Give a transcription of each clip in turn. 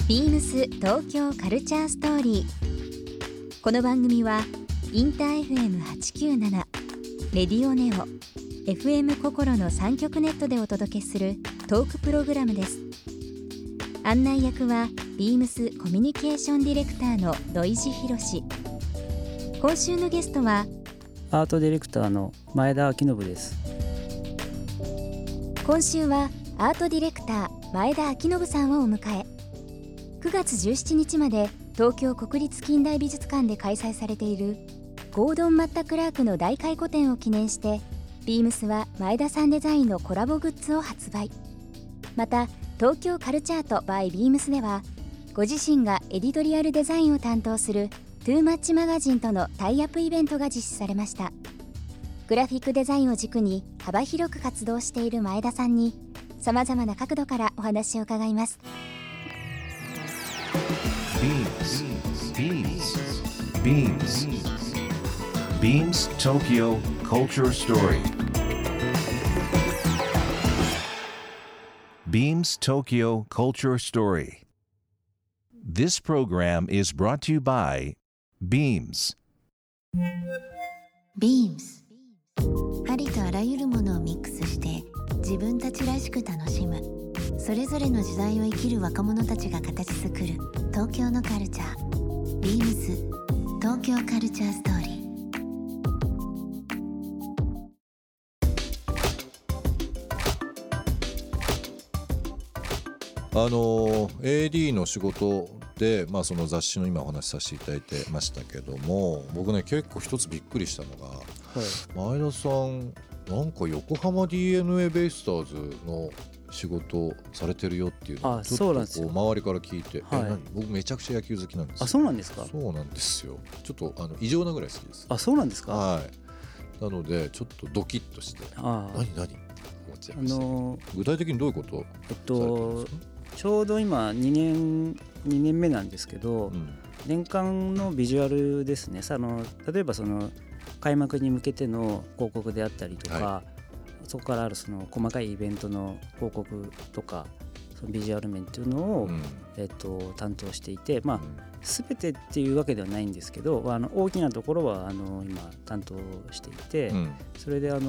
ビームス東京カルチャーストーリー。この番組はインター FM897 レディオネオ FM 心の3極ネットでお届けするトークプログラムです。案内役はビームスコミュニケーションディレクターの土井博志。今週のゲストはアートディレクターの前田明信です。 今週はアートディレクター前田明信さんをお迎え、9月17日まで東京国立近代美術館で開催されているゴードン・マッタ・クラークの大回顧展を記念して、ビームスは前田さんデザインのコラボグッズを発売。また東京カルチャート by ビームスでは、ご自身がエディトリアルデザインを担当するトゥーマッチマガジンとのタイアップイベントが実施されました。グラフィックデザインを軸に幅広く活動している前田さんに、さまざまな角度からお話を伺います。 Beams Tokyo Culture Story. Beams Tokyo Culture Story. This program is brought to you by Beams. Beams ありとあらゆるものをミックスして自分たちらしく楽しむ、それぞれの時代を生きる若者たちが形作る東京のカルチャー。 Beams 東京カルチャーストーリー。 AD の仕事で、その雑誌の今お話しさせていただいてましたけども、僕ね結構一つびっくりしたのが、前田さんなんか横浜 DNA ベイスターズの仕事されてるよっていうのをちょっとこう周りから聞いて、僕めちゃくちゃ野球好きなんですよ。 そうなんですか。 そうなんですよ。ちょっと異常なぐらい好きです。 そうなんですか。 なのでちょっとドキッとして、何って思っちゃいました、具体的にどういうことをされてるんですか？ ちょうど今2年目なんですけど、年間のビジュアルですね。例えばその開幕に向けての広告であったりとか、そこからあるその細かいイベントの広告とか、そのビジュアル面っていうのを、担当していて、全てっていうわけではないんですけど、大きなところは今担当していて、それで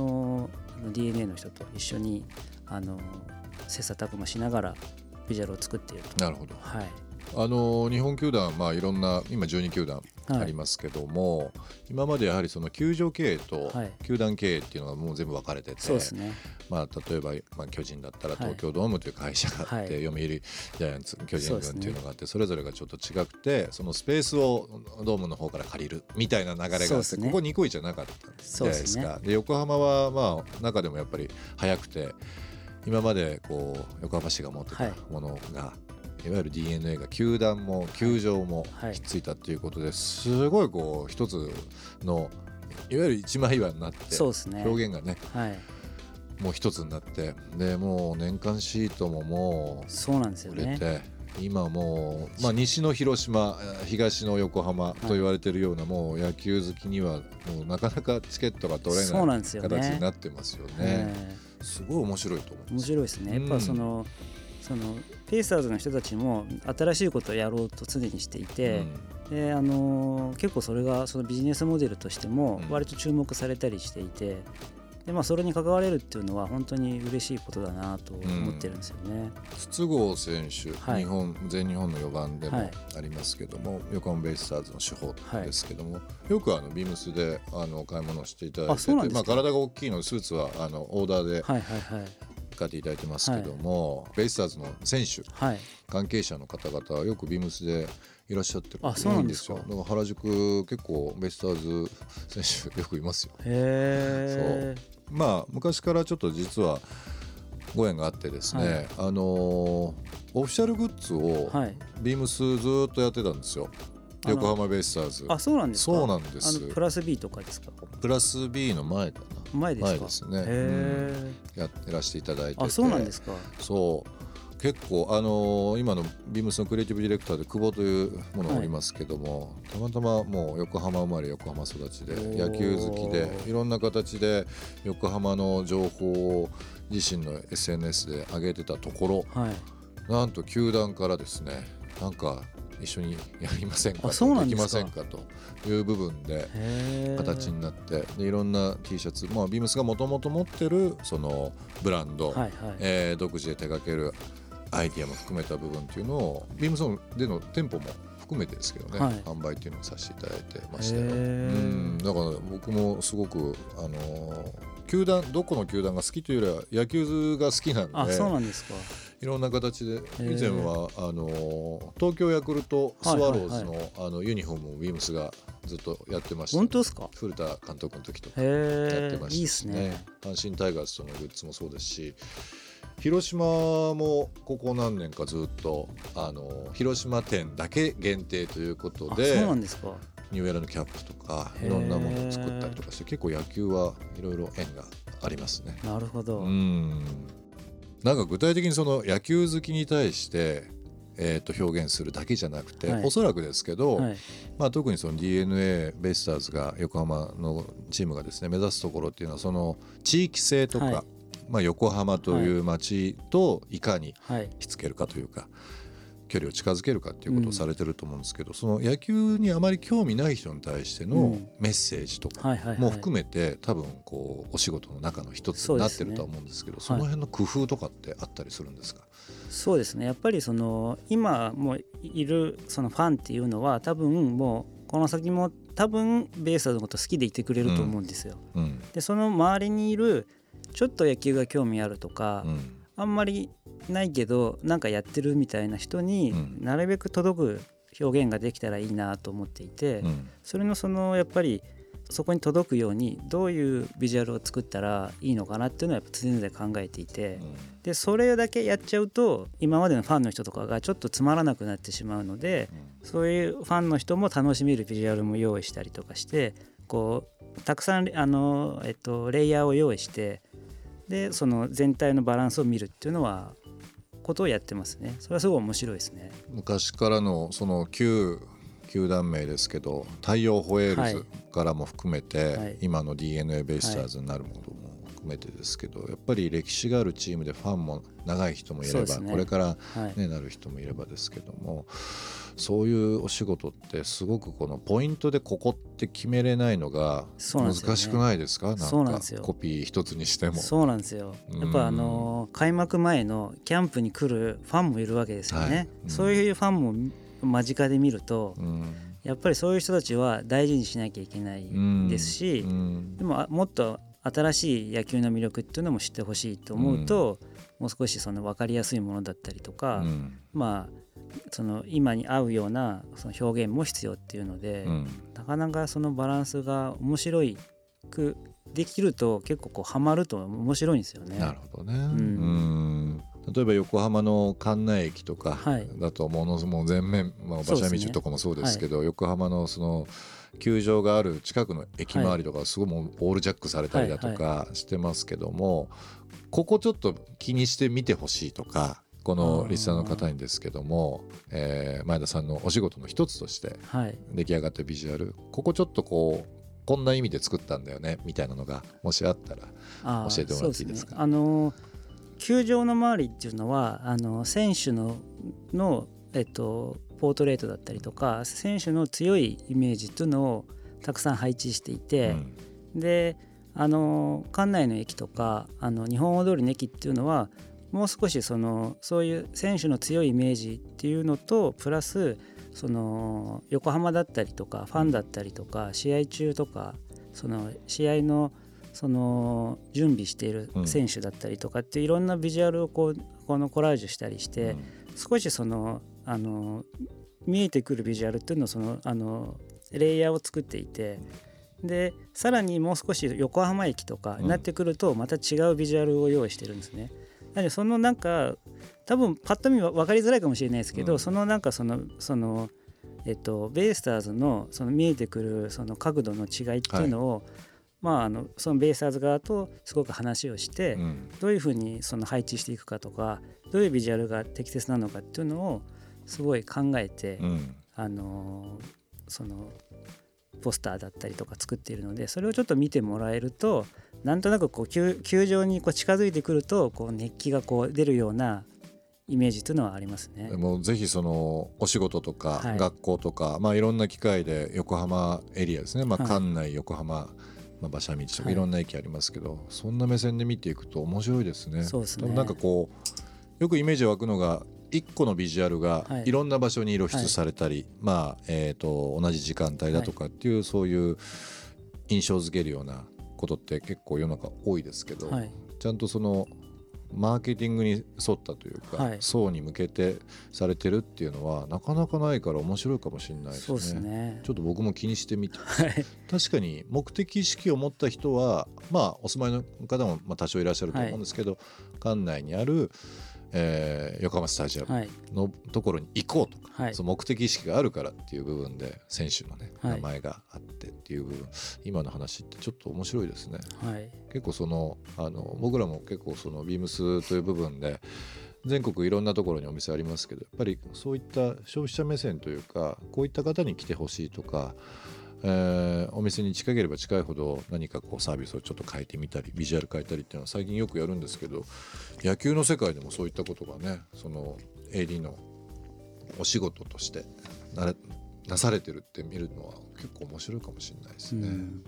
DNA の人と一緒に切磋琢磨しながらビジュアルを作っていると。 なるほど。日本球団、いろんな今12球団ありますけども、今までやはりその球場経営と球団経営っていうのがもう全部分かれてて、 そうですね。 例えば、巨人だったら東京ドームという会社があって、読売ジャイアンツ巨人軍っていうのがあって、それぞれがちょっと違くて、そのスペースをドームの方から借りるみたいな流れがあって、ここ2個じゃなかったじゃないですか。で横浜は中でもやっぱり早くて、今までこう横浜市が持ってたものが、いわゆる DNA が球団も球場もひっついたっていうことで、すごいこう一つのいわゆる一枚岩になって、表現がね、もう一つになって、でもう年間シートももう売れて、今もう、西の広島東の横浜と言われているような、もう野球好きにはもうなかなかチケットが取れない形になってますよね。すごい面白いと思います。 面白いですね。やっぱそのペイサーズの人たちも新しいことをやろうと常にしていて、で結構それがそのビジネスモデルとしても割と注目されたりしていて、でそれに関われるっていうのは本当に嬉しいことだなと思ってるんですよね。 筒香選手、全日本の4番でもありますけども、横浜ベイスターズの主砲ですけども、よくビームスで買い物をしていただいてて、体が大きいのでスーツはオーダーで買っていただいてますけども、ベイスターズの選手、関係者の方々はよくビームスでいらっしゃってる多いんですよ。だから原宿結構ベイスターズ選手よくいますよ。昔からちょっと実はご縁があってですね、オフィシャルグッズをビームスずっとやってたんですよ。横浜ベイスターズ。 そうなんですか。 そうなんです。 プラス B とかですか。 プラス B の前かな。 前ですか。 前ですね。やらせていただいてて。 そうなんですか。 結構今のビームスのクリエイティブディレクターで久保というものがおりますけども、たまたまもう横浜生まれ横浜育ちで野球好きで、いろんな形で横浜の情報を自身の SNS で上げてたところ、なんと球団からですねなんか一緒にやりませんかあ、そうなんでですか。 きませんかという部分で形になって、でいろんな T シャツ、まあ、ビームスがもともと持ってるそのブランド、 はいはい、 独自で手掛けるアイディアも含めた部分っていうのをビームスでの店舗も含めてですけどね、 はい、 販売っていうのをさせていただいてましたよ。だから僕もすごく球団どこの球団が好きというよりは野球が好きなんで。 あ、そうなんですか。 いろんな形で以前は東京ヤクルトスワローズの、はいはい、ユニフォームをビームスがずっとやってました、 本当ですか。 古田監督の時とかやってましたし、ね、 いいですね。 阪神タイガースとのグッズもそうですし、広島もここ何年かずっと広島店だけ限定ということで、 そうなんですか。 ニューエラのキャップとかいろんなものを作ったりとかして結構野球はいろいろ縁がありますね。 なるほど。 なんか具体的にその野球好きに対して、表現するだけじゃなくて、はい、おそらくですけど、はい、まあ、特にその DNA ベイスターズが横浜のチームがですね目指すところっていうのはその地域性とか、はい、まあ、横浜という街といかにひっつけるかというか、距離を近づけるかっていうことをされてると思うんですけど、その野球にあまり興味ない人に対してのメッセージとかも含めて多分こうお仕事の中の一つになってるとは思うんですけど、その辺の工夫とかってあったりするんですか。 そうですね、やっぱりその今もういるそのファンっていうのは多分もうこの先も多分ベイスターズのこと好きでいてくれると思うんですよ、でその周りにいるちょっと野球が興味あるとか、あんまりないけどなんかやってるみたいな人になるべく届く表現ができたらいいなと思っていて、それのそのやっぱりそこに届くようにどういうビジュアルを作ったらいいのかなっていうのはやっぱ常々考えていて、でそれだけやっちゃうと今までのファンの人とかがちょっとつまらなくなってしまうので、そういうファンの人も楽しめるビジュアルも用意したりとかしてこうたくさんレイヤーを用意してでその全体のバランスを見るっていうのはことをやってますね。それはすごい面白いですね。 昔からのその旧球団名ですけど太陽ホエールズからも含めて、はい、今の DNA ベイスターズになるものも含めてですけど、やっぱり歴史があるチームでファンも長い人もいれば、これから、なる人もいればですけども、そういうお仕事ってすごくこのポイントでここって決めれないのが難しくないですか。 そうなんですよ。コピー一つにしてもそうなんですよ。やっぱ開幕前のキャンプに来るファンもいるわけですよね、そういうファンも間近で見ると、やっぱりそういう人たちは大事にしなきゃいけないですし、でももっと新しい野球の魅力っていうのも知ってほしいと思うと、もう少しその分かりやすいものだったりとか、まあその今に合うようなその表現も必要っていうので、なかなかそのバランスが面白くできると結構こうハマると面白いんですよね。 なるほどね。例えば横浜の関内駅とかだともう全面、馬車道とかもそうですけど、横浜のその球場がある近くの駅周りとかすごいもうオールジャックされたりだとかしてますけども、ここちょっと気にして見てほしいとか、このリスナーの方にですけども、前田さんのお仕事の一つとして出来上がったビジュアル、ここちょっとこんな意味で作ったんだよねみたいなのがもしあったら教えてもらっていいですか。 球場の周りっていうのは選手のポートレートだったりとか選手の強いイメージっていうのをたくさん配置していて、で館内の駅とか日本大通りの駅っていうのはもう少しそういう選手の強いイメージっていうのとプラスその横浜だったりとかファンだったりとか試合中とかその試合のその準備している選手だったりとかっていろんなビジュアルをこのコラージュしたりして、少しその見えてくるビジュアルっていうのをそのレイヤーを作っていて、でさらにもう少し横浜駅とかになってくるとまた違うビジュアルを用意してるんですね。なのでそのなんか多分パッと見は分かりづらいかもしれないですけど、そのなんかそのベイスターズのその見えてくるその角度の違いっていうのを、そのベイスターズ側とすごく話をして、どういうふうにその配置していくかとかどういうビジュアルが適切なのかっていうのをすごい考えて、そのポスターだったりとか作っているので、それをちょっと見てもらえるとなんとなくこう球場にこう近づいてくるとこう熱気がこう出るようなイメージというのはありますね。 もうぜひそのお仕事とか学校とか、いろんな機会で横浜エリアですね、関内横浜、馬車道とかいろんな駅ありますけど、そんな目線で見ていくと面白いですね。 そうですね。 なんかこうよくイメージ湧くのが1個のビジュアルがいろんな場所に露出されたり、同じ時間帯だとかっていう、そういう印象づけるようなことって結構世の中多いですけど、ちゃんとそのマーケティングに沿ったというか、層に向けてされてるっていうのはなかなかないから面白いかもしれないですね。 そうですね。 ちょっと僕も気にしてみて、確かに目的意識を持った人はお住まいの方も多少いらっしゃると思うんですけど、館内にある横浜スタジアムのところに行こうとか、その目的意識があるからっていう部分で選手のね、名前があってっていう部分、今の話ってちょっと面白いですね。結構その僕らも結構そのビームスという部分で全国いろんなところにお店ありますけど、やっぱりそういった消費者目線というか、こういった方に来てほしいとか、お店に近ければ近いほど何かこうサービスをちょっと変えてみたりビジュアル変えたりっていうのは最近よくやるんですけど、野球の世界でもそういったことがね、その AD のお仕事としてなされてるって見るのは結構面白いかもしれないですね。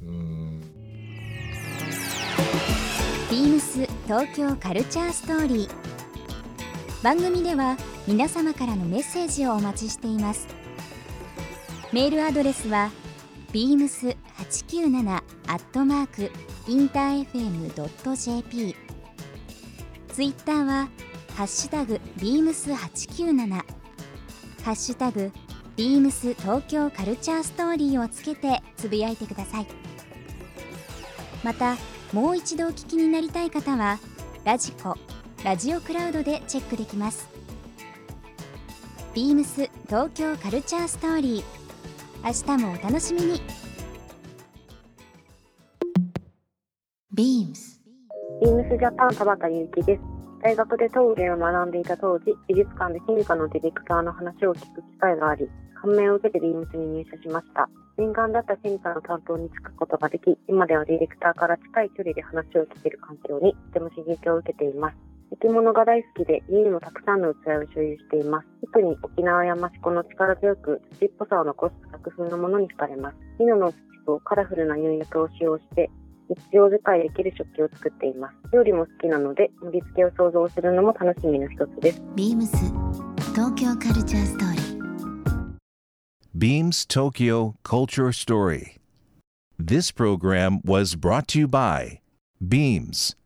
ビームス東京カルチャーストーリー。番組では皆様からのメッセージをお待ちしています。メールアドレスはbeams897@interfm.jp、 ツイッターはハッシュタグ beams897、 ハッシュタグ beams 東京カルチャーストーリーをつけてつぶやいてください。またもう一度お聞きになりたい方はラジコ、ラジオクラウドでチェックできます。beams 東京カルチャーストーリー、明日もお楽しみに。 ビームスジャパン田畑祐希です。大学で陶芸を学んでいた当時、美術館で新科のディレクターの話を聞く機会があり、感銘を受けてビームスに入社しました。念願だった新科の担当に就くことができ、今ではディレクターから近い距離で話を聞ける環境にとても刺激を受けています。生き物が大好きで、家にもたくさんの器を所有しています。特に沖縄や益子の力強く土っぽさを残す作風のものに惹かれます。美濃の土とカラフルな釉薬を使用して、日常使いできる食器を作っています。料理も好きなので、盛り付けを想像するのも楽しみの一つです。 ビームス東京カルチャーストーリー。 Beams Tokyo Culture Story. This program was brought to you by Beams.